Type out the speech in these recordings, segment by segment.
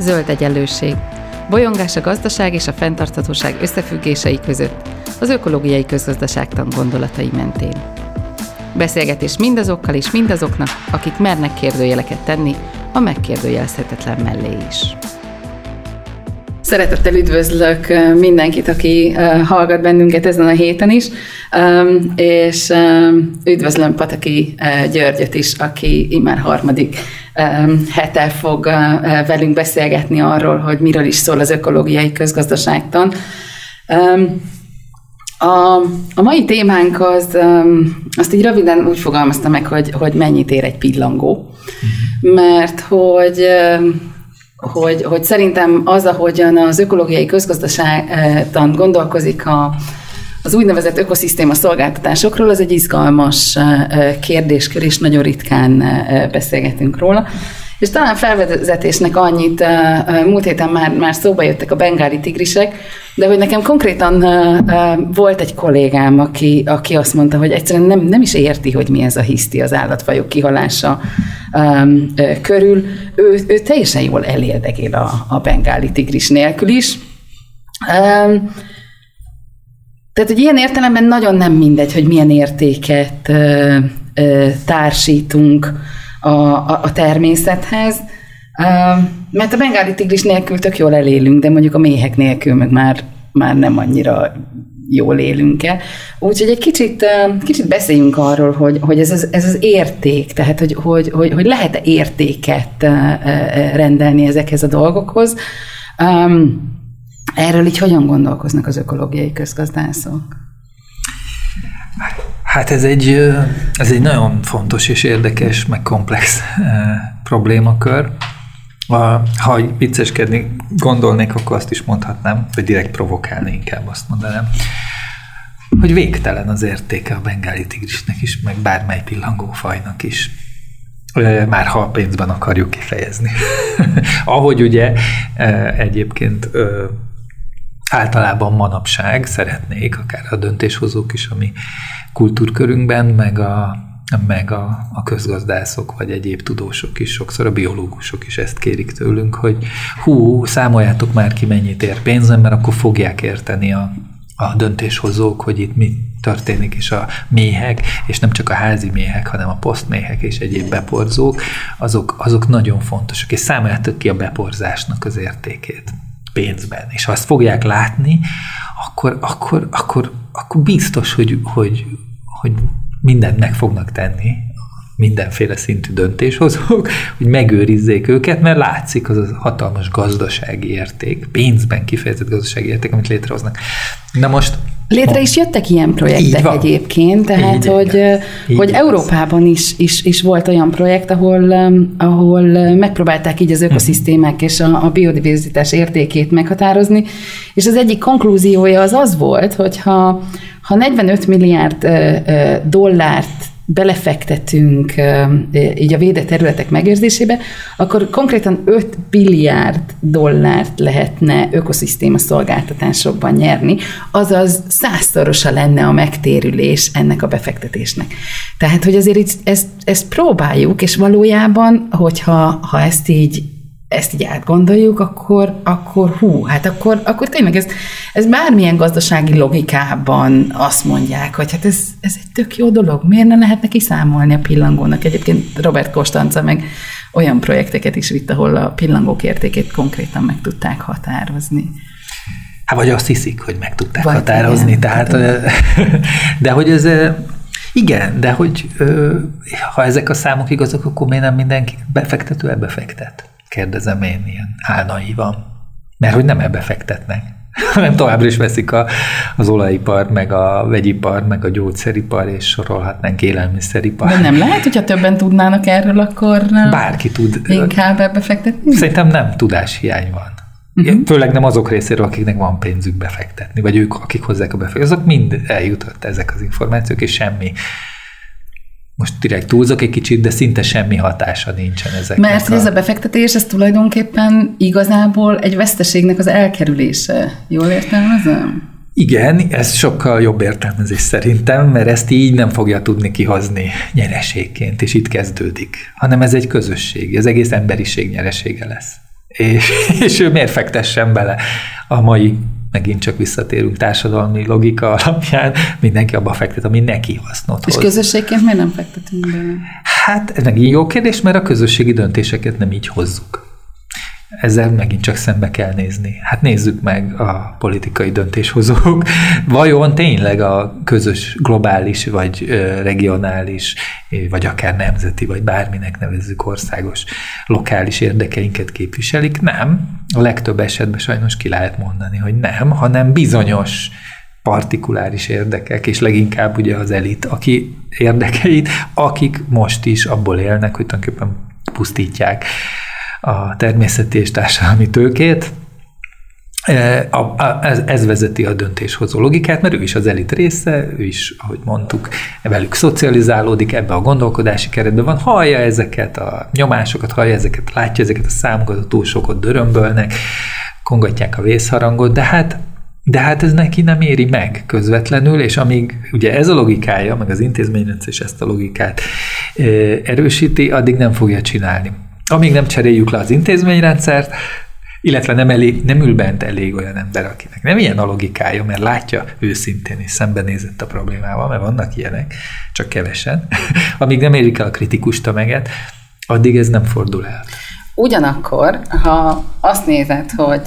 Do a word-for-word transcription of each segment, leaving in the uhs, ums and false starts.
Zöld egyenlőség. Bolyongás a gazdaság és a fenntarthatóság összefüggései között, az ökológiai közgazdaságtan gondolatai mentén. Beszélgetés mindazokkal és mindazoknak, akik mernek kérdőjeleket tenni a megkérdőjelezhetetlen mellé is. Szeretettel üdvözlök mindenkit, aki hallgat bennünket ezen a héten is, és üdvözlöm Pataki Györgyöt is, aki immár harmadik hete fog velünk beszélgetni arról, hogy miről is szól az ökológiai közgazdaságtan. A, a mai témánk az, azt így röviden úgy fogalmazta meg, hogy, hogy mennyit ér egy pillangó, mert hogy... Hogy, hogy szerintem az, ahogyan az ökológiai közgazdaságtan gondolkozik a, az úgynevezett ökoszisztéma szolgáltatásokról, az egy izgalmas kérdéskör, és nagyon ritkán beszélgetünk róla. És talán felvezetésnek annyit, múlt héten már, már szóba jöttek a bengáli tigrisek, de hogy nekem konkrétan volt egy kollégám, aki, aki azt mondta, hogy egyszerűen nem, nem is érti, hogy mi ez a hiszti az állatfajok kihalása um, körül. Ő, ő teljesen jól elérdegél a, a bengáli tigris nélkül is. Um, tehát, hogy ilyen értelemben nagyon nem mindegy, hogy milyen értéket uh, uh, társítunk a, a, a természethez, uh, mert a bengáli tigris nélkül tök jól elélünk, de mondjuk a méhek nélkül meg már, már nem annyira jól élünk el. Úgyhogy egy kicsit, kicsit beszéljünk arról, hogy, hogy ez, az, ez az érték, tehát hogy, hogy, hogy, hogy lehet-e értéket rendelni ezekhez a dolgokhoz. Um, erről így hogyan gondolkoznak az ökológiai közgazdászok? Hát ez egy, ez egy nagyon fontos és érdekes, meg komplex problémakör. Ha vicceskedni gondolnék, akkor azt is mondhatnám, vagy direkt provokálni inkább azt mondanám, hogy végtelen az értéke a bengáli tigrisnek is, meg bármely pillangófajnak is. Már ha a pénzben akarjuk kifejezni. Ahogy ugye egyébként általában manapság szeretnék, akár a döntéshozók is, ami kultúrkörünkben, meg a, meg a, a közgazdászok, vagy egyéb tudósok is, sokszor a biológusok is ezt kérik tőlünk, hogy hú, számoljátok már ki, mennyit ér pénzem, mert akkor fogják érteni a, a döntéshozók, hogy itt mi történik, és a méhek, és nem csak a házi méhek, hanem a posztméhek és egyéb beporzók, azok, azok nagyon fontosak, és számoljátok ki a beporzásnak az értékét pénzben. És ha azt fogják látni, akkor, akkor, akkor, akkor biztos, hogy, hogy, hogy mindent meg fognak tenni, mindenféle szintű döntéshozók, hogy megőrizzék őket, mert látszik az a hatalmas gazdasági érték, pénzben kifejezett gazdasági érték, amit létrehoznak. Na most... Létre is jöttek ilyen projektek egyébként, tehát, így, hogy, így hogy Európában is, is, is volt olyan projekt, ahol, ahol megpróbálták így az ökoszisztémák hmm. és a, a biodiverzitás értékét meghatározni, és az egyik konklúziója az az volt, hogy ha, ha negyvenöt milliárd dollárt belefektetünk így a védett területek megőrzésébe, akkor konkrétan öt billiárd dollárt lehetne ökoszisztéma szolgáltatásokban nyerni, azaz százszorosa lenne a megtérülés ennek a befektetésnek. Tehát, hogy azért így ezt, ezt próbáljuk, és valójában, hogyha ha ezt így ezt így átgondoljuk, akkor, akkor hú, hát akkor, akkor tényleg ez, ez bármilyen gazdasági logikában azt mondják, hogy hát ez, ez egy tök jó dolog, miért ne lehetne kiszámolni a pillangónak? Egyébként Robert Kostanca meg olyan projekteket is vitt, ahol a pillangók értékét konkrétan meg tudták határozni. Hát vagy azt hiszik, hogy meg tudták vagy határozni, igen, tehát, de hogy ez... Igen, de hogy ha ezek a számok igazak, akkor miért nem mindenki befektető ebbe fektet? Kérdezem én ilyen álnaívan. Mert hogy nem ebbe fektetnek, hanem továbbra is veszik a, az olajipar, meg a vegyipar, meg a gyógyszeripar, és sorolhatnánk élelmiszeripar. De nem lehet, hogyha többen tudnának erről, akkor bárki tud. Inkább ebbe fektetni? Szerintem nem tudáshiány van. Uh-huh. Főleg nem azok részéről, akiknek van pénzük befektetni, vagy ők, akik hozzák a befektetni. Azok mind eljutott ezek az információk, és semmi. Most direkt túlzok egy kicsit, de szinte semmi hatása nincsen ezeknek. Mert a... ez a befektetés, ez tulajdonképpen igazából egy veszteségnek az elkerülése. Jól értelmezem? Igen, ez sokkal jobb értelmezés szerintem, mert ezt így nem fogja tudni kihozni nyereségként, és itt kezdődik. Hanem ez egy közösség, az egész emberiség nyeresége lesz. és, és ő miért fektessen bele a mai, megint csak visszatérünk társadalmi logika alapján, mindenki abba fektet, ami neki hasznot hoz. És közösségként miért nem fektetünk bele? Hát ez megint jó kérdés, mert a közösségi döntéseket nem így hozzuk. Ezzel megint csak szembe kell nézni. Hát nézzük meg a politikai döntéshozók. Vajon tényleg a közös, globális, vagy regionális, vagy akár nemzeti, vagy bárminek nevezzük országos, lokális érdekeinket képviselik? Nem. A legtöbb esetben sajnos ki lehet mondani, hogy nem, hanem bizonyos partikuláris érdekek, és leginkább ugye az elit, aki érdekeit, akik most is abból élnek, hogy tulajdonképpen pusztítják a természeti és társadalmi tőkét. Ez, ez vezeti a döntéshozó logikát, mert ő is az elit része, ő is, ahogy mondtuk, velük szocializálódik, ebbe a gondolkodási keretben van, hallja ezeket a nyomásokat, hallja ezeket, látja ezeket a számokat, a túl sokat dörömbölnek, kongatják a vészharangot, de hát De hát ez neki nem éri meg közvetlenül, és amíg ugye ez a logikája, meg az intézményrendszer is ezt a logikát erősíti, addig nem fogja csinálni. Amíg nem cseréljük le az intézményrendszert, illetve nem, elég, nem ül bent elég olyan ember, akinek nem ilyen a logikája, mert látja őszintén és szembenézett a problémával, mert vannak ilyenek, csak kevesen. Amíg nem érik el a kritikus tömeget, addig ez nem fordul el. Ugyanakkor, ha azt nézed, hogy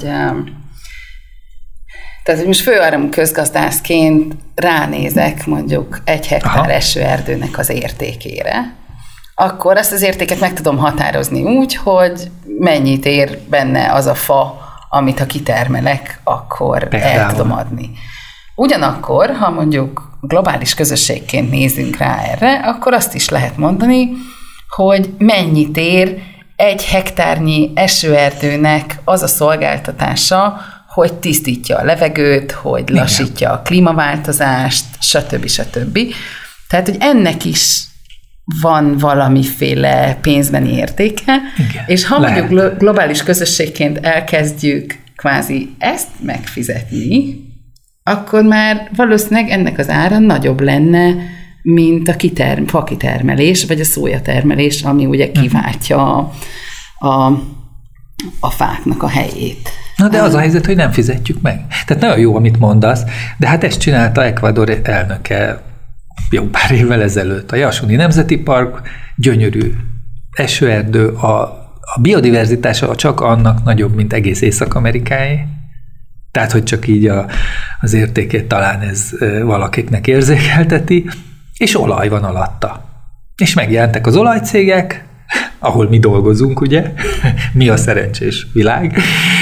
tehát, hogy most főáramú közgazdászként ránézek mondjuk egy hektár Aha. esőerdőnek az értékére, akkor ezt az értéket meg tudom határozni úgy, hogy mennyit ér benne az a fa, amit ha kitermelek, akkor Például. el tudom adni. Ugyanakkor, ha mondjuk globális közösségként nézünk rá erre, akkor azt is lehet mondani, hogy mennyit ér egy hektárnyi esőerdőnek az a szolgáltatása, hogy tisztítja a levegőt, hogy lassítja a klímaváltozást, stb. stb. Tehát, hogy ennek is van valamiféle pénzbeni értéke, Igen, és ha lehet. mondjuk globális közösségként elkezdjük kvázi ezt megfizetni, akkor már valószínűleg ennek az ára nagyobb lenne, mint a kiterm, fakitermelés, vagy a szójatermelés, ami ugye kiváltja a, a, a fáknak a helyét. Na de az a helyzet, hogy nem fizetjük meg. Tehát nagyon jó, amit mondasz, de hát ezt csinálta Ecuador elnöke jó pár évvel ezelőtt. A Yasuni Nemzeti Park gyönyörű esőerdő, a, a biodiverzitása csak annak nagyobb, mint egész Észak-Amerikáé. Tehát, hogy csak így a, az értékét talán ez valakiknek érzékelteti, és olaj van alatta. És megjelentek az olajcégek, ahol mi dolgozunk, ugye, mi a szerencsés világ,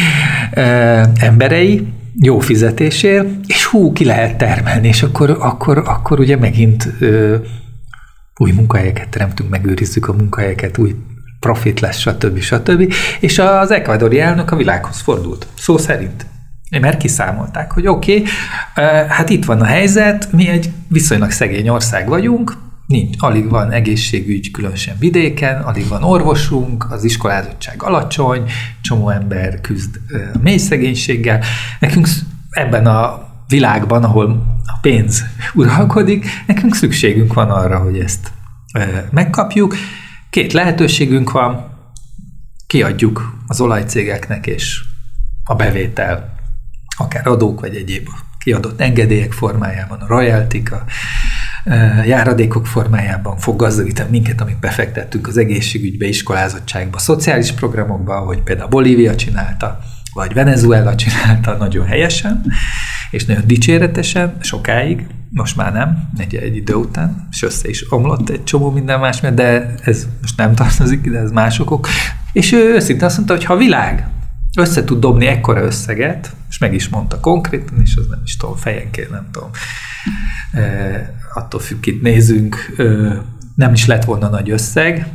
emberei, jó fizetésért, és hú, ki lehet termelni, és akkor, akkor, akkor ugye megint ö, új munkahelyeket teremtünk, megőrizzük a munkahelyeket, új profit lesz, stb. stb. És az ekvadori elnök a világhoz fordult, szó szerint. Mert kiszámolták, hogy oké, okay, hát itt van a helyzet, mi egy viszonylag szegény ország vagyunk, nincs, alig van egészségügy, különösen vidéken, alig van orvosunk, az iskolázottság alacsony, csomó ember küzd mély szegénységgel. Nekünk ebben a világban, ahol a pénz uralkodik, nekünk szükségünk van arra, hogy ezt megkapjuk. Két lehetőségünk van, kiadjuk az olajcégeknek, és a bevétel, akár adók, vagy egyéb kiadott engedélyek formájában, a royaltik, a járadékok formájában fog gazdagítani minket, amit befektettünk az egészségügybe, iskolázottságba, szociális programokba, ahogy például Bolívia csinálta, vagy Venezuela csinálta nagyon helyesen, és nagyon dicséretesen, sokáig, most már nem, egy, egy idő után, és össze is omlott egy csomó minden más, de ez most nem tartozik ide, ez másokok. És ő őszintén azt mondta, hogy ha a világ össze tud dobni ekkora összeget, és meg is mondta konkrétan, és az nem is tudom, fejenként, nem tudom, e, attól függ, itt nézünk, e, nem is lett volna nagy összeg,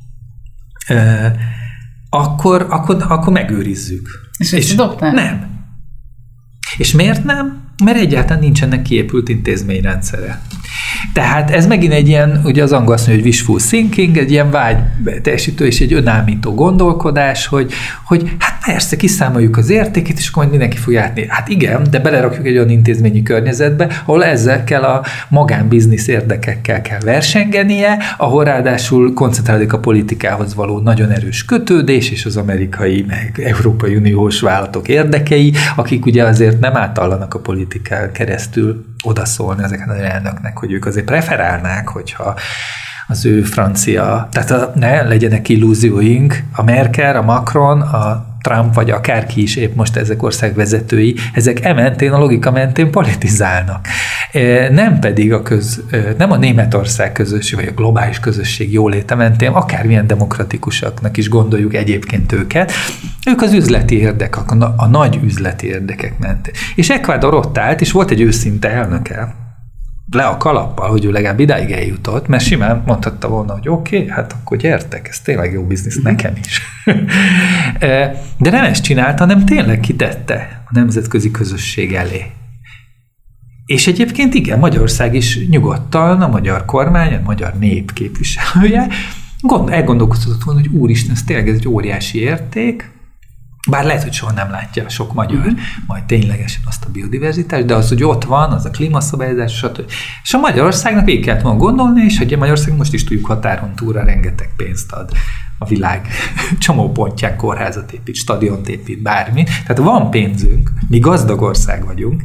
e, akkor, akkor, akkor megőrizzük. És, és dobtál? Nem. És miért nem? Mert egyáltalán nincsenek kiépült intézményrendszere. Tehát ez megint egy ilyen, ugye az angol azt mondja, hogy wishful thinking, egy ilyen vágyteljesítő és egy önállító gondolkodás, hogy, hogy hát persze kiszámoljuk az értékét, és akkor majd mindenki fog játni. Hát igen, de belerakjuk egy olyan intézményi környezetbe, ahol ezekkel a magánbiznisz érdekekkel kell versengenie, ahol ráadásul koncentrálódik a politikához való nagyon erős kötődés, és az amerikai, meg Európai Uniós vállalatok érdekei, akik ugye azért nem átallanak a politikán keresztül odaszólni ezeket az elnöknek, hogy ők azért preferálnák, hogyha az ő francia, tehát a, ne legyenek illúzióink, a Merkel, a Macron, a Trump, vagy akárki is épp most ezek ország vezetői, ezek ementén, a logika mentén politizálnak. Nem pedig a köz, nem a Németország közösség, vagy a globális közösség jóléte mentén, akármilyen demokratikusaknak is gondoljuk egyébként őket, ők az üzleti érdekek, a, a nagy üzleti érdekek mentén. És Ecuador ott állt, és volt egy őszinte elnöke, le a kalappal, hogy ő legalább idáig eljutott, mert simán mondhatta volna, hogy oké, okay, hát akkor gyertek, ez tényleg jó biznisz nekem is. De nem ezt csinálta, hanem tényleg kitette a nemzetközi közösség elé. És egyébként igen, Magyarország is nyugodtan, a magyar kormány, a magyar nép képviselője elgondolkodhatott volna, hogy úristen, ez tényleg ez egy óriási érték, bár lehet, hogy soha nem látja sok magyar mm. majd ténylegesen azt a biodiverzitást, de az, hogy ott van, az a klímaszabályozás, stb. És a Magyarországnak végig kellett volna gondolni, és hogy Magyarország most is tudjuk határon túlra rengeteg pénzt ad a világ csomó pontján, kórházat épít, stadiont épít, bármi. Tehát van pénzünk, mi gazdag ország vagyunk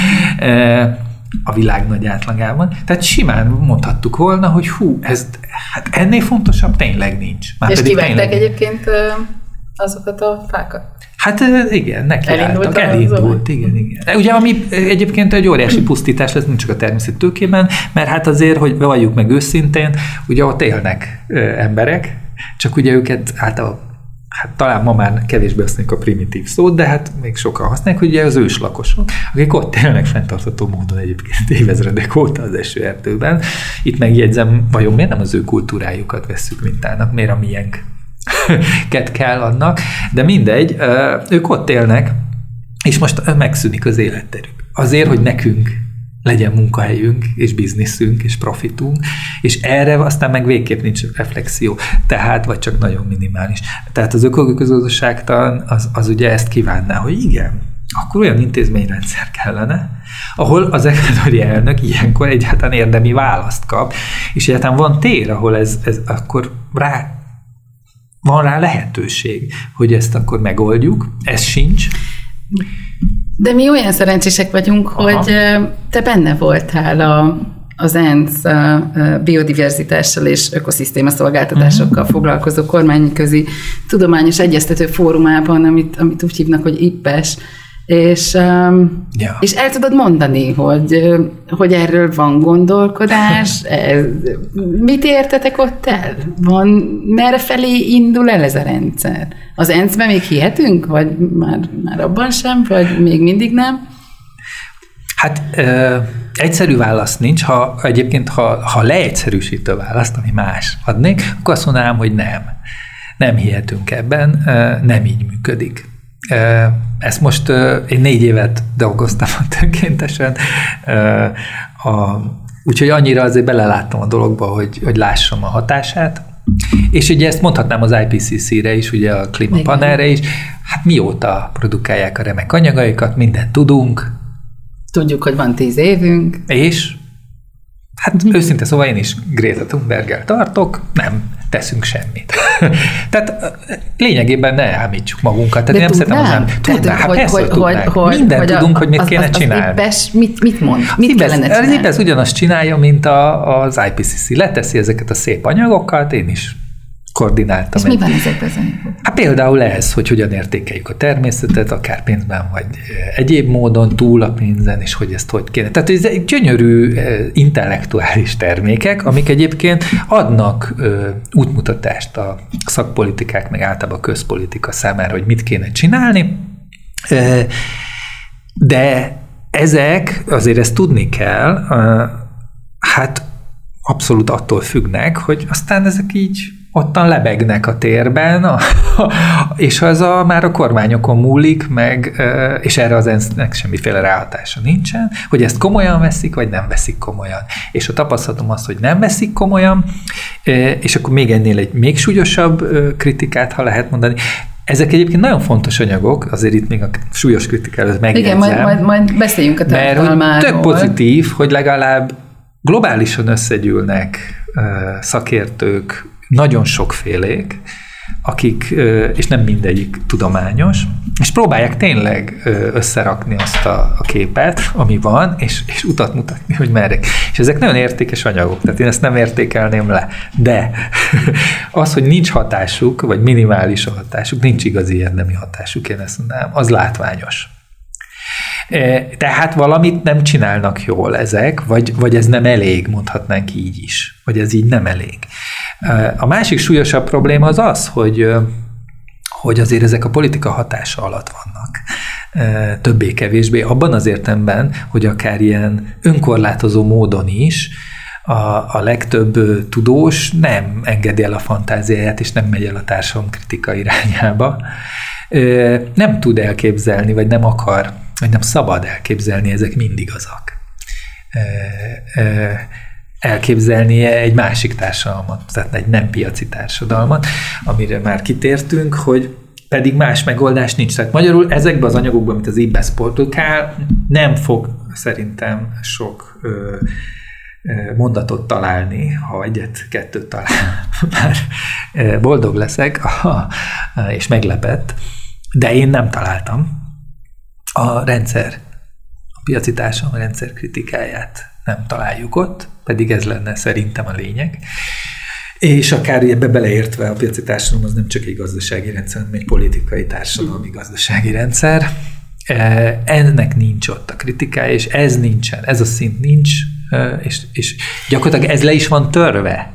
a világ nagy átlagában. Tehát simán mondhattuk volna, hogy hú, ez, hát ennél fontosabb tényleg nincs. Már és kivettek egyébként azokat a fákat? Hát igen, nekiálltak, elindult, igen, igen. Ugye, ami egyébként egy óriási pusztítás lesz, nem csak a természet tőkében, mert hát azért, hogy bevalljuk meg őszintén, ugye ott élnek ö, emberek, csak ugye őket általában, hát talán ma már kevésbé használjuk a primitív szót, de hát még sokan használják, hogy ugye az őslakosok, akik ott élnek fenntartható módon egyébként évezredek óta az esőerdőben. Itt megjegyzem, vajon miért nem az ő kultúrájukat vesszük mintának, miért a miénk ket kell annak, de mindegy, ők ott élnek, és most megszűnik az életterük. Azért, hogy nekünk legyen munkahelyünk, és bizniszünk, és profitunk, és erre aztán meg végképp nincs reflexió, tehát, vagy csak nagyon minimális. Tehát az ökológiai gazdaságtan az, az ugye ezt kívánná, hogy igen, akkor olyan intézményrendszer kellene, ahol az ekvádori elnök ilyenkor egyáltalán érdemi választ kap, és egyáltalán van tér, ahol ez, ez akkor rá van rá lehetőség, hogy ezt akkor megoldjuk, ez sincs. De mi olyan szerencsések vagyunk, aha, hogy te benne voltál a, az ENSZ biodiverzitással és ökoszisztéma szolgáltatásokkal uh-huh. foglalkozó kormányközi tudományos egyeztető fórumában, amit, amit úgy hívnak, hogy ippes, és, ja. és el tudod mondani, hogy, hogy erről van gondolkodás, ez, mit értetek ott el? Van, merre felé indul el ez a rendszer? Az ENSZ-ben még hihetünk, vagy már, már abban sem, vagy még mindig nem? Hát ö, egyszerű válasz nincs, ha egyébként ha, ha leegyszerűsítő választ, ami más adnék, akkor azt mondanám, hogy nem. Nem hihetünk ebben, nem így működik. Ezt most én négy évet dolgoztam önkéntesen, úgyhogy annyira azért beleláttam a dologba, hogy, hogy lássam a hatását. És ugye ezt mondhatnám az I P C C-re is, ugye a klímapanelre is. Hát mióta produkálják a remek anyagaikat, mindent tudunk. Tudjuk, hogy van tíz évünk. És? Hát mm. őszinte szóval én is Greta Thunberggel tartok, nem teszünk semmit. Tehát lényegében ne ámítsuk magunkat. Tehát nem szeretem az nem. Tudnál, hát persze, hogy, tudnánk. Hogy, Mindent hogy tudunk, a, hogy mit az, kéne az, csinálni. Az ippes mit, mit mond? Mit ippes, kellene csinálni? Az ippes ugyanazt csinálja, mint a, az I P C C. Leteszi ezeket a szép anyagokat, én is koordináltam. És mi van ezekben az anyagokban? Hát például ez, hogy hogyan értékeljük a természetet, akár pénzben, vagy egyéb módon túl a pénzen, és hogy ezt hogy kéne. Tehát ez egy gyönyörű intellektuális termékek, amik egyébként adnak útmutatást a szakpolitikák, meg általában a közpolitika számára, hogy mit kéne csinálni. De ezek, azért ezt tudni kell, hát abszolút attól függnek, hogy aztán ezek így ottan lebegnek a térben, a, a, és az a, már a kormányokon múlik, meg, és erre az ENSZ-nek semmiféle ráhatása nincsen, hogy ezt komolyan veszik, vagy nem veszik komolyan. És a tapasztalatom az, hogy nem veszik komolyan, és akkor még ennél egy még súlyosabb kritikát, ha lehet mondani. Ezek egyébként nagyon fontos anyagok, azért itt még a súlyos kritika előtt megjegyzem. Igen, majd, majd, majd beszéljünk a tartalmáról. Tök pozitív, hogy legalább globálisan összegyűlnek szakértők, nagyon sokfélék, akik, és nem mindegyik tudományos, és próbálják tényleg összerakni azt a, a képet, ami van, és, és utat mutatni, hogy merre. És ezek nagyon értékes anyagok, tehát én ezt nem értékelném le. De az, hogy nincs hatásuk, vagy minimális a hatásuk, nincs igazi érdemi hatásuk, én ezt mondanám, az látványos. Tehát valamit nem csinálnak jól ezek, vagy, vagy ez nem elég, mondhatnánk így is, vagy ez így nem elég. A másik súlyosabb probléma az az, hogy, hogy azért ezek a politika hatása alatt vannak, többé-kevésbé, abban az értelemben, hogy akár ilyen önkorlátozó módon is a, a legtöbb tudós nem engedi el a fantáziáját, és nem megy el a társadalomkritika irányába. Nem tud elképzelni, vagy nem akar, vagy nem szabad elképzelni, ezek mind igazak. Elképzelnie egy másik társadalmat, tehát egy nem piaci társadalmat, amire már kitértünk, hogy pedig más megoldás nincs. Tehát magyarul ezekben az anyagokban, amit az i bé e es produkál, nem fog szerintem sok ö, ö, mondatot találni, ha egyet-kettőt talál, már boldog leszek, aha, és meglepett, de én nem találtam. A rendszer, a piaci társadalom rendszer kritikáját nem találjuk ott, pedig ez lenne szerintem a lényeg. És akár ebbe beleértve a piaci társadalom az nem csak egy gazdasági rendszer, hanem egy politikai társadalmi gazdasági rendszer. Ennek nincs ott a kritikája, és ez nincsen, ez a szint nincs, és, és gyakorlatilag ez le is van törve.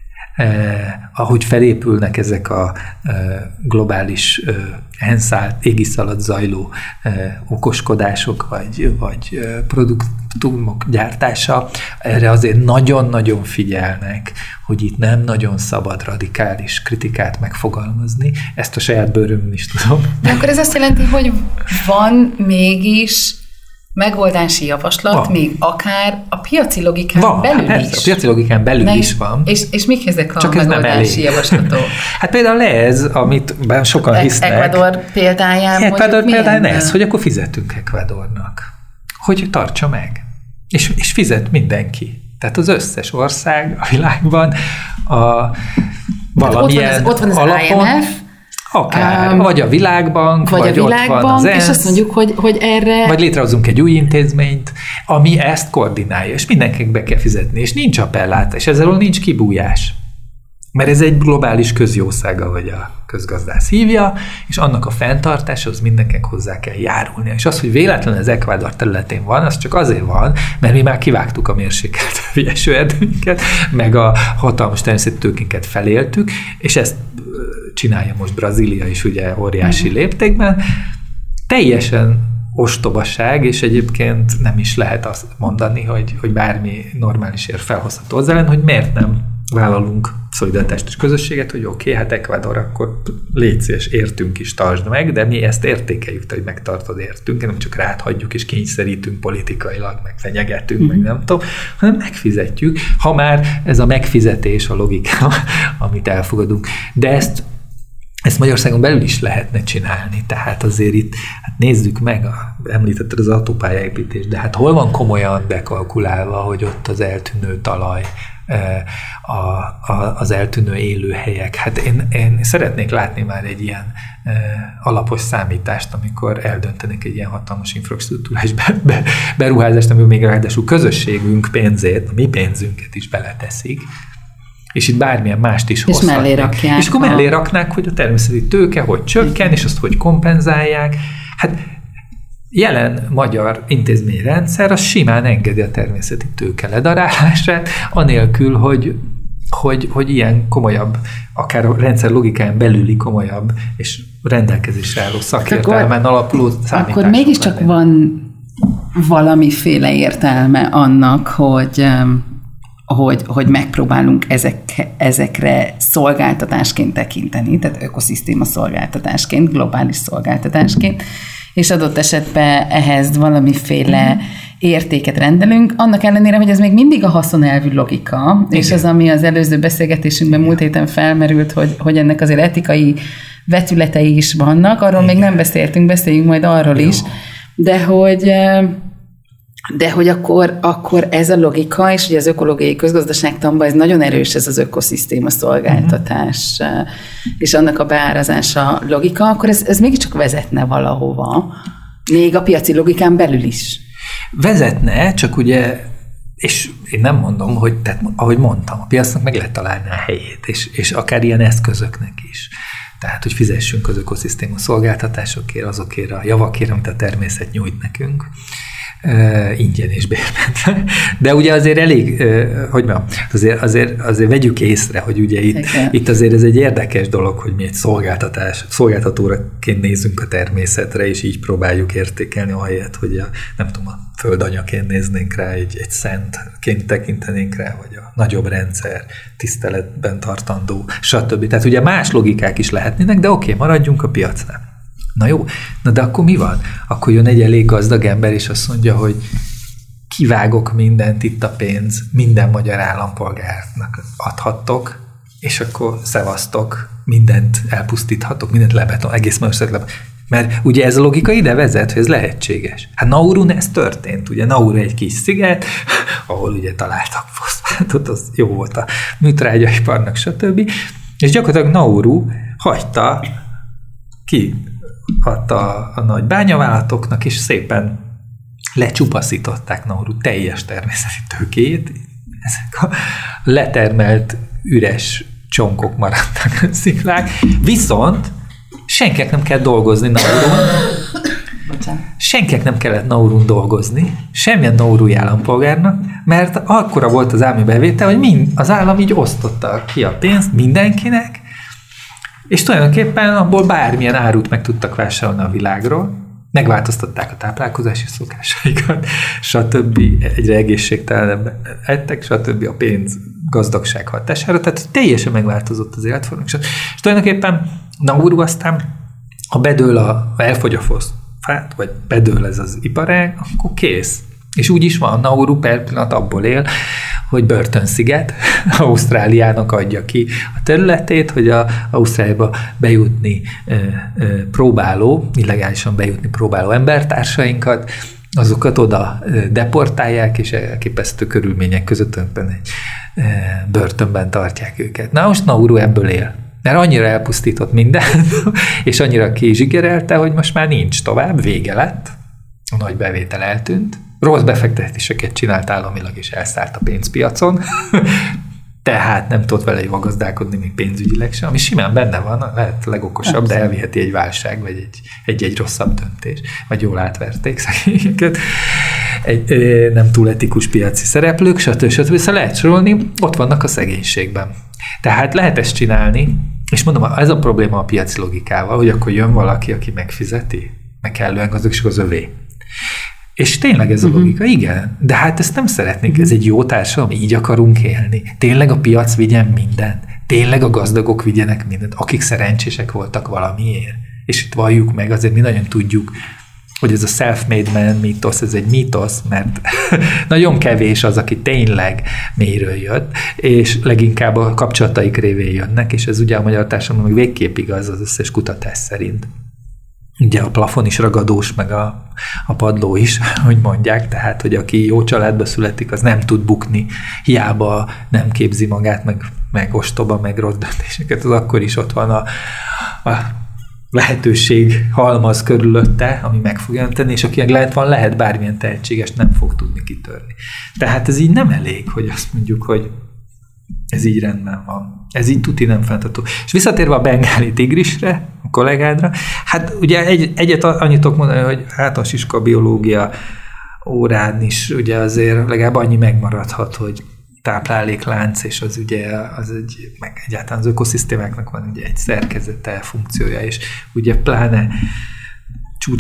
Eh, ahogy felépülnek ezek a eh, globális eh, ENSZ égisz alatt zajló eh, okoskodások, vagy, vagy eh, produktumok gyártása, erre azért nagyon-nagyon figyelnek, hogy itt nem nagyon szabad radikális kritikát megfogalmazni. Ezt a saját bőrömön is tudom. De akkor ez azt jelenti, hogy van mégis megoldási javaslat, van. Még akár a piaci logikán van, belül hát is. A piaci logikán belül ne, is van. És, és mik ezek a Csak megoldási javaslatok? Hát például ez, amit sokan e- hisznek. Ecuador példáján. Ecuador példáján ez, hogy akkor fizetünk Ecuadornak. Hogy tartsa meg. És, és fizet mindenki. Tehát az összes ország a világban a valamilyen hát ott van az, ott van az alapon, i em ef, akár, um, vagy a Világbank, vagy, vagy a Világbank, ott van az ENSZ, és azt mondjuk, hogy, hogy erre... Vagy létrehozunk egy új intézményt, ami ezt koordinálja, és mindenkinek be kell fizetni, és nincs appellátás, és ezzel nincs kibújás. Mert ez egy globális közjószága, vagy a közgazdász hívja, és annak a fenntartása, az mindenkinek hozzá kell járulnia. És az, hogy véletlenül az Ecuador területén van, az csak azért van, mert mi már kivágtuk a mérsékelt esőerdőinket, meg a hatalmas természeti tőkénket feléltük, és ezt csinálja most Brazília is ugye óriási mm-hmm. léptékben. Teljesen ostobaság, és egyébként nem is lehet azt mondani, hogy, hogy bármi normális ér felhozható hozzá lenne, hogy miért nem vállalunk szolidaritást és közösséget, hogy oké, okay, hát Ecuador, akkor légy szíves, értünk is, tartsd meg, de mi ezt értékeljük, hogy megtartod, értünk, nem csak rád hagyjuk és kényszerítünk politikailag, meg fenyegetünk, mm-hmm. meg nem tudom, hanem megfizetjük, ha már ez a megfizetés a logika, amit elfogadunk. De ezt Ezt Magyarországon belül is lehetne csinálni, tehát azért itt hát nézzük meg, a, említetted az autópályaépítést, de hát hol van komolyan bekalkulálva, hogy ott az eltűnő talaj, a, a, az eltűnő élőhelyek. Hát én, én szeretnék látni már egy ilyen e, alapos számítást, amikor eldöntenek egy ilyen hatalmas infrastruktúrás be, be, beruházást, amiben még ráadásul közösségünk pénzét, a mi pénzünket is beleteszik, és itt bármilyen mást is hozhatnak. És mellé rakják. És akkor mellé raknák, hogy a természeti tőke hogy csökken, és azt hogy kompenzálják. Hát jelen magyar intézményrendszer az simán engedi a természeti tőke ledarálását, anélkül, hogy, hogy, hogy ilyen komolyabb, akár a rendszer logikán belüli komolyabb és rendelkezésre álló szakértelmen alapuló számítások. Akkor mégiscsak van valamiféle értelme annak, hogy hogy, hogy megpróbálunk ezek, ezekre szolgáltatásként tekinteni, tehát ökoszisztéma szolgáltatásként, globális szolgáltatásként, és adott esetben ehhez valamiféle értéket rendelünk, annak ellenére, hogy ez még mindig a haszonelvű logika, igen. És az, ami az előző beszélgetésünkben múlt héten felmerült, hogy, hogy ennek azért etikai vetületei is vannak, arról igen. Még nem beszéltünk, beszéljünk majd arról Jó. is, de hogy... De hogy akkor, akkor ez a logika, és ugye az ökológiai közgazdaságtanban ez nagyon erős, ez az ökoszisztéma szolgáltatás, uh-huh. és annak a beárazása logika, akkor ez, ez mégiscsak vezetne valahova, még a piaci logikán belül is. Vezetne, csak ugye, és én nem mondom, hogy, tehát, ahogy mondtam, a piacnak meg lehet találni a helyét, és, és akár ilyen eszközöknek is. Tehát, hogy fizessünk az ökoszisztéma szolgáltatásokért, azokért a javakért, amit a természet nyújt nekünk, Uh, ingyen és bérben. De ugye azért elég, uh, hogy mondjam, azért, azért, azért vegyük észre, hogy ugye itt, itt azért ez egy érdekes dolog, hogy mi egy szolgáltatás, szolgáltatóraként nézünk a természetre, és így próbáljuk értékelni, ahelyett, hogy a, nem tudom, a földanyaként néznénk rá, egy, egy szentként tekintenénk rá, vagy a nagyobb rendszer, tiszteletben tartandó, stb. Tehát ugye más logikák is lehetnének, de oké, okay, maradjunk a piacnál. Na jó, na de akkor mi van? Akkor jön egy elég gazdag ember, és azt mondja, hogy kivágok mindent, itt a pénz, minden magyar állampolgárnak adhattok, és akkor szevasztok, mindent elpusztíthatok, mindent lebeton, egész Magyarország lebeton. Mert ugye ez a logika ide vezet, hogy ez lehetséges. Hát Naurun ez történt, ugye Nauru egy kis sziget, ahol ugye találtak foszfátot, az jó volt a műtrágyaiparnak, stb. És gyakorlatilag Nauru hagyta ki adta a nagy bányavállalatoknak, és szépen lecsupaszították Nauru teljes természeti tőkéjét. Ezek a letermelt üres csonkok maradtak a sziklák. Viszont senkinek nem kell dolgozni Naurun. Senkinek nem kellett Naurun dolgozni, semmilyen naurui állampolgárnak, mert akkora volt az állami bevétel, hogy mind, az állam így osztotta ki a pénzt mindenkinek, és tulajdonképpen abból bármilyen árut meg tudtak vásárolni a világról, megváltoztatták a táplálkozási szokásaikat, stb. Egyre egészségtelenebb ettek, stb. A pénz gazdagság hatására, tehát teljesen megváltozott az életforma. És tulajdonképpen Nauru aztán, ha bedől a, elfogy a foszfát, vagy bedől ez az iparág, akkor kész. És úgy is van, Nauru per pillanat abból él, hogy börtönsziget, Ausztráliának adja ki a területét, hogy a Ausztráliába bejutni e, e, próbáló, illegálisan bejutni próbáló embertársainkat, azokat oda deportálják, és elképesztő körülmények között egy e, börtönben tartják őket. Na most Nauru ebből él. Mert annyira elpusztított mindent, és annyira kizsigerelte, hogy most már nincs tovább, vége lett, a nagy bevétel eltűnt, rossz befektetéseket csinált államilag, és elszállt a pénzpiacon, tehát nem tudott vele jól gazdálkodni, még pénzügyileg sem, ami simán benne van, lehet legokosabb, Abszett. De elviheti egy válság, vagy egy, egy, egy rosszabb döntés, vagy jól átverték szegényeket, egy nem túl etikus piaci szereplők, stb. stb. Vissza lehet sorolni, ott vannak a szegénységben. Tehát lehet ezt csinálni, és mondom, ez a probléma a piaci logikával, hogy akkor jön valaki, aki megfizeti, meg kellően gazdag, és az övé. És tényleg ez a logika, igen, de hát ezt nem szeretnénk, ez egy jó társadalom, így akarunk élni. Tényleg a piac vigyen mindent, tényleg a gazdagok vigyenek mindent, akik szerencsések voltak valamiért. És itt valljuk meg, azért mi nagyon tudjuk, hogy ez a self-made man mítosz, ez egy mítosz, mert nagyon kevés az, aki tényleg mélyről jött, és leginkább a kapcsolataik révén jönnek, és ez ugye a magyar társadalom meg végképp igaz az összes kutatás szerint. Ugye a plafon is ragadós, meg a, a padló is, hogy mondják, tehát, hogy aki jó családba születik, az nem tud bukni, hiába nem képzi magát, meg, meg ostoba, meg rossz döntéseket, az akkor is ott van a, a lehetőség halmaz körülötte, ami meg fog jelenteni, és akinek lehet van, lehet bármilyen tehetséges, nem fog tudni kitörni. Tehát ez így nem elég, hogy azt mondjuk, hogy ez így rendben van. Ez így tuti nem fenntartható. És visszatérve a bengáli tigrisre, a kollégádra, hát ugye egy, egyet annyit tudok mondani, hogy általános iskola biológia órán is ugye azért legalább annyi megmaradhat, hogy tápláléklánc, és az ugye az egy, meg egyáltalán az ökoszisztémáknak van ugye egy szerkezete, funkciója, és ugye pláne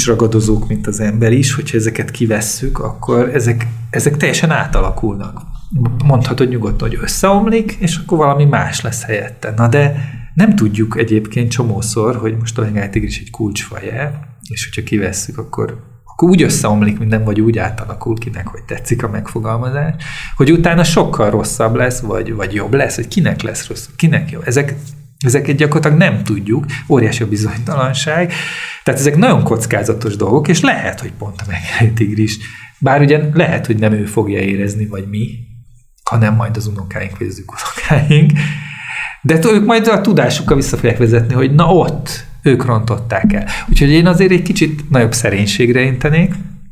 csúcsragadozók, mint az ember is, hogyha ezeket kivesszük, akkor ezek, ezek teljesen átalakulnak. mondhatod nyugodtan, hogy összeomlik, és akkor valami más lesz helyette. Na de nem tudjuk egyébként csomószor, hogy most a bengáli-tigris egy kulcsfaj-e, és hogyha kivesszük, akkor, akkor úgy összeomlik minden, vagy úgy átalakul, kinek hogy tetszik a megfogalmazás, hogy utána sokkal rosszabb lesz, vagy, vagy jobb lesz, hogy kinek lesz rosszabb, kinek jó. Ezek, ezeket gyakorlatilag nem tudjuk, óriási a bizonytalanság, tehát ezek nagyon kockázatos dolgok, és lehet, hogy pont a bengáli-tigris, bár ugye lehet, hogy nem ő fogja érezni, vagy mi, hanem majd az unokáink, vagy az unokáink, de ők majd a tudásukkal vissza fogják vezetni, hogy na ott, ők rontották el. Úgyhogy én azért egy kicsit nagyobb szerénységre intenék,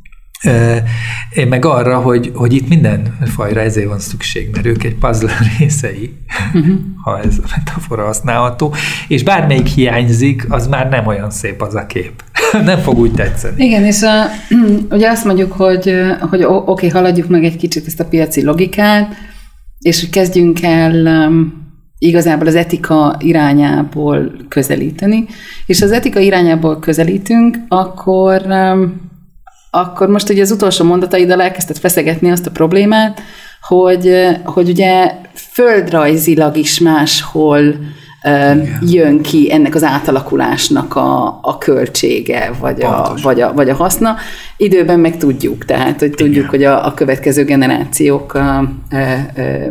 én meg arra, hogy, hogy itt minden fajra ezért van szükség, mert ők egy puzzle részei, uh-huh. ha ez a metafora használható, és bármelyik hiányzik, az már nem olyan szép az a kép. Nem fog úgy tetszeni. Igen, és a, ugye azt mondjuk, hogy, hogy oké, okay, haladjuk meg egy kicsit ezt a piaci logikát, és hogy kezdjünk el um, igazából az etika irányából közelíteni, és az etika irányából közelítünk, akkor, um, akkor most ugye az utolsó mondataiddal elkezdted feszegetni azt a problémát, hogy, hogy ugye földrajzilag is máshol uh, jön ki ennek az átalakulásnak a, a költsége, vagy a, vagy, a, vagy a haszna. Időben meg tudjuk, tehát hogy tudjuk, igen. hogy a, a következő generációk uh, uh,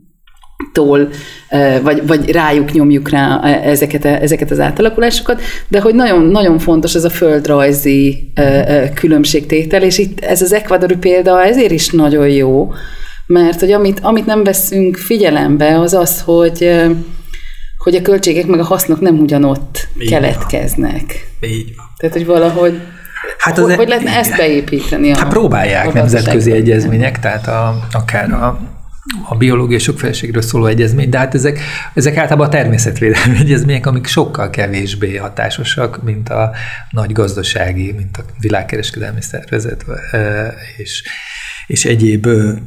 tól, vagy, vagy rájuk nyomjuk rá ezeket, ezeket az átalakulásokat, de hogy nagyon, nagyon fontos ez a földrajzi különbségtétel, és itt ez az ekvadori példa ezért is nagyon jó, mert hogy amit, amit nem veszünk figyelembe, az az, hogy, hogy a költségek meg a hasznok nem ugyanott így keletkeznek. Van. Így van. Tehát, hogy valahogy hát hogy, hogy lehetne ezt beépíteni? Hát a, próbálják a nemzetközi egyezmények, tehát a, akár a a biológiai sokféleségről szóló egyezmény, de hát ezek, ezek általában a természetvédelmi egyezmények, amik sokkal kevésbé hatásosak, mint a nagy gazdasági, mint a világkereskedelmi szervezet, és, és egyéb,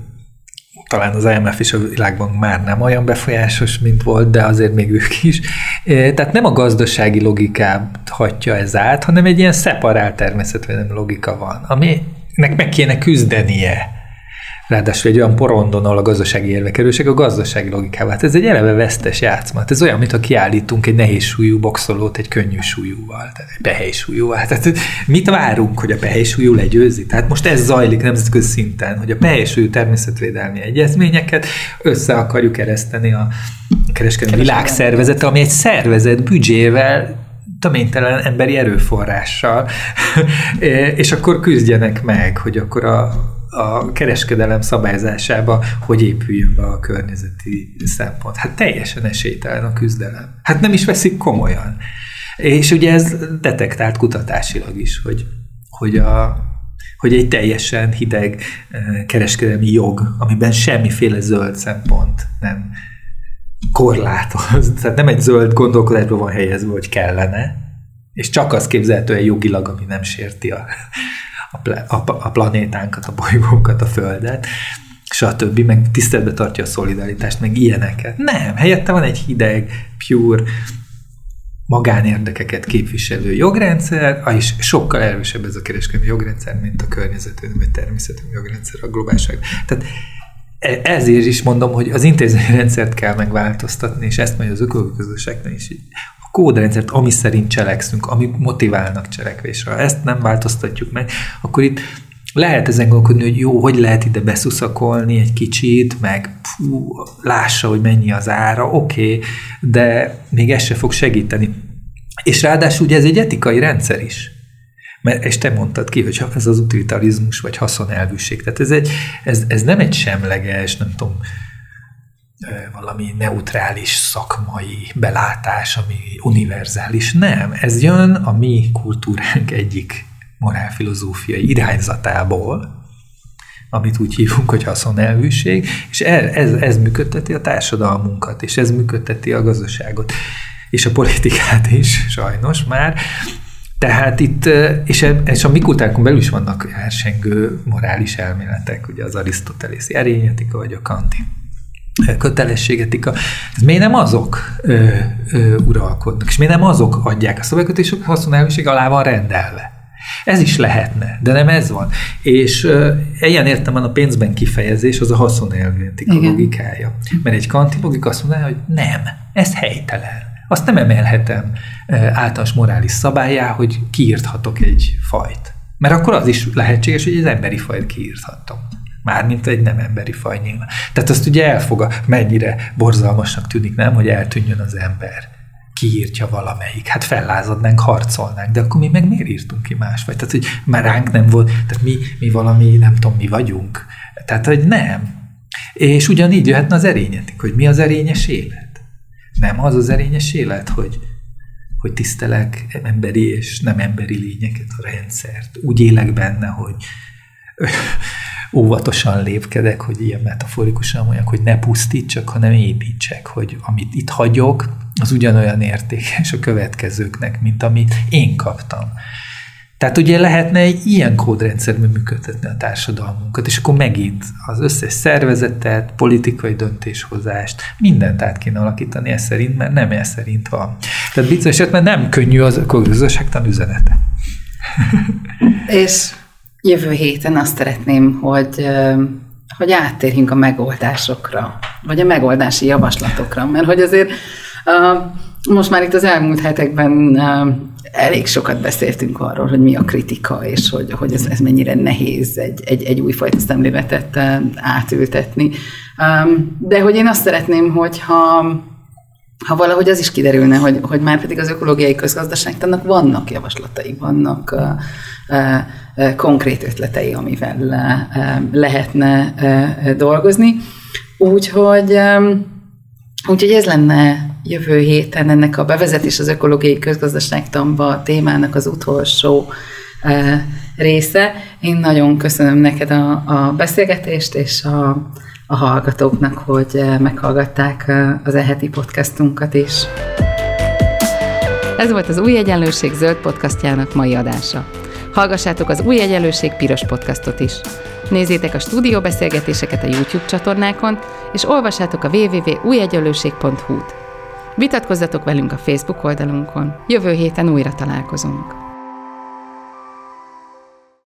talán az I M F és a Világbank már nem olyan befolyásos, mint volt, de azért még ők is. Tehát nem a gazdasági logikát hatja ez át, hanem egy ilyen szeparált természetvédelmi logika van, aminek meg kéne küzdenie. Ráadásul egy olyan porondon, ahol a gazdasági érvek erősek, a gazdasági logikával. Hát ez egy eleve vesztes játszma. Ez olyan, mintha kiállítunk egy nehéz súlyú boxolót egy könnyű súlyúval, tehát egy pehely súlyúval. Tehát mit várunk, hogy a pehely súlyú legyőzi? Tehát most ez zajlik nemzetközi szinten, hogy a pehely súlyú természetvédelmi egyezményeket össze akarjuk ereszteni a kereskedelmi világszervezete, ami egy szervezet büdzsével, töménytelen emberi erőforrással, és akkor küzdjenek meg, hogy akkor a a kereskedelem szabályzásába hogy épüljön be a környezeti szempont. Hát teljesen esélytelen a küzdelem. Hát nem is veszik komolyan. És ugye ez detektált kutatásilag is, hogy, hogy, a, hogy egy teljesen hideg kereskedelmi jog, amiben semmiféle zöld szempont nem korlátoz. Tehát nem egy zöld gondolkodásban van helyezve, hogy kellene, és csak az képzelhető el jogilag, ami nem sérti a A, a planétánkat, a bolygónkat, a Földet, stb. Meg tiszteletbe tartja a szolidaritást, meg ilyeneket. Nem, helyette van egy hideg, pure, magánérdekeket képviselő jogrendszer, és sokkal erősebb ez a kereskedelmi jogrendszer, mint a környezetvédelmi vagy természetvédelmi jogrendszer a globáliság. Tehát ezért is mondom, hogy az intézményi rendszert kell megváltoztatni, és ezt majd az ökológiai is így kódrendszert, ami szerint cselekszünk, ami motiválnak cselekvésre. Ha ezt nem változtatjuk meg, akkor itt lehet ezen gondolkodni, hogy jó, hogy lehet ide beszuszakolni egy kicsit, meg fú, lássa, hogy mennyi az ára, oké, okay, de még ez se fog segíteni. És ráadásul ugye ez egy etikai rendszer is. Mert, és te mondtad ki, hogy ez az utilitarizmus, vagy haszonelvűség. Tehát ez, egy, ez, ez nem egy semleges, nem tudom, valami neutrális szakmai belátás, ami univerzális. Nem, ez jön a mi kultúránk egyik morálfilozófiai irányzatából, amit úgy hívunk, hogy haszonelvűség, és ez, ez működteti a társadalmunkat, és ez működteti a gazdaságot, és a politikát is, sajnos már. Tehát itt, és, és a mi kultúránkon belül is vannak elsengő morális elméletek, ugye az arisztotelészi erényetika, vagy a kanti kötelességetika. Ez miért nem azok ö, ö, uralkodnak, és miért nem azok adják a szabályokat, és a haszonelvűség alá van rendelve. Ez is lehetne, de nem ez van. És uh, ilyen értem a pénzben kifejezés, az a haszonelvétik a logikája. Mert egy kanti logika azt mondaná, hogy nem, ez helytelen. Azt nem emelhetem uh, általános morális szabályá, hogy kiírthatok egy fajt. Mert akkor az is lehetséges, hogy az emberi fajt kiírthatom. Mármint egy nem emberi faj nyilván. Tehát azt ugye elfog, mennyire borzalmasnak tűnik, nem, hogy eltűnjön az ember. Kiírtja valamelyik. Hát fellázadnánk, harcolnánk, de akkor mi meg miért írtunk ki másfajt? Tehát, hogy már ránk nem volt, tehát mi, mi valami, nem tudom, mi vagyunk. Tehát, hogy nem. És ugyanígy jöhetne az erényetik, hogy mi az erényes élet. Nem az az erényes élet, hogy, hogy tisztelek emberi és nem emberi lényeket, a rendszert. Úgy élek benne, hogy óvatosan lépkedek, hogy ilyen metaforikusan mondjak, hogy ne pusztítsak, hanem építsek, hogy amit itt hagyok, az ugyanolyan értékes a következőknek, mint amit én kaptam. Tehát ugye lehetne egy ilyen kódrendszerben működtetni a társadalmunkat, és akkor megint az összes szervezetet, politikai döntéshozást, mindent át kéne alakítani ez szerint, mert nem ez szerint van. Tehát biztos esetben nem könnyű az a közösségtan üzenete. És jövő héten azt szeretném, hogy, hogy áttérjünk a megoldásokra, vagy a megoldási javaslatokra, mert hogy azért most már itt az elmúlt hetekben elég sokat beszéltünk arról, hogy mi a kritika, és hogy, hogy ez, ez mennyire nehéz egy, egy, egy újfajta szemléletet átültetni. De hogy én azt szeretném, hogyha ha valahogy az is kiderülne, hogy, hogy már pedig az ökológiai közgazdaságtannak vannak javaslatai, vannak uh, uh, konkrét ötletei, amivel uh, lehetne uh, dolgozni. Úgyhogy, um, úgyhogy ez lenne jövő héten ennek a bevezetés az ökológiai közgazdaságtanba a témának az utolsó uh, része. Én nagyon köszönöm neked a, a beszélgetést, és a a hallgatóknak, hogy meghallgatták az e-heti podcastunkat is. Ez volt az Új Egyenlőség zöld podcastjának mai adása. Hallgassátok az Új Egyenlőség piros podcastot is. Nézzétek a stúdióbeszélgetéseket a YouTube csatornákon, és olvassátok a double-u double-u double-u pont új egyenlőség pont hu-t. Vitatkozzatok velünk a Facebook oldalunkon. Jövő héten újra találkozunk.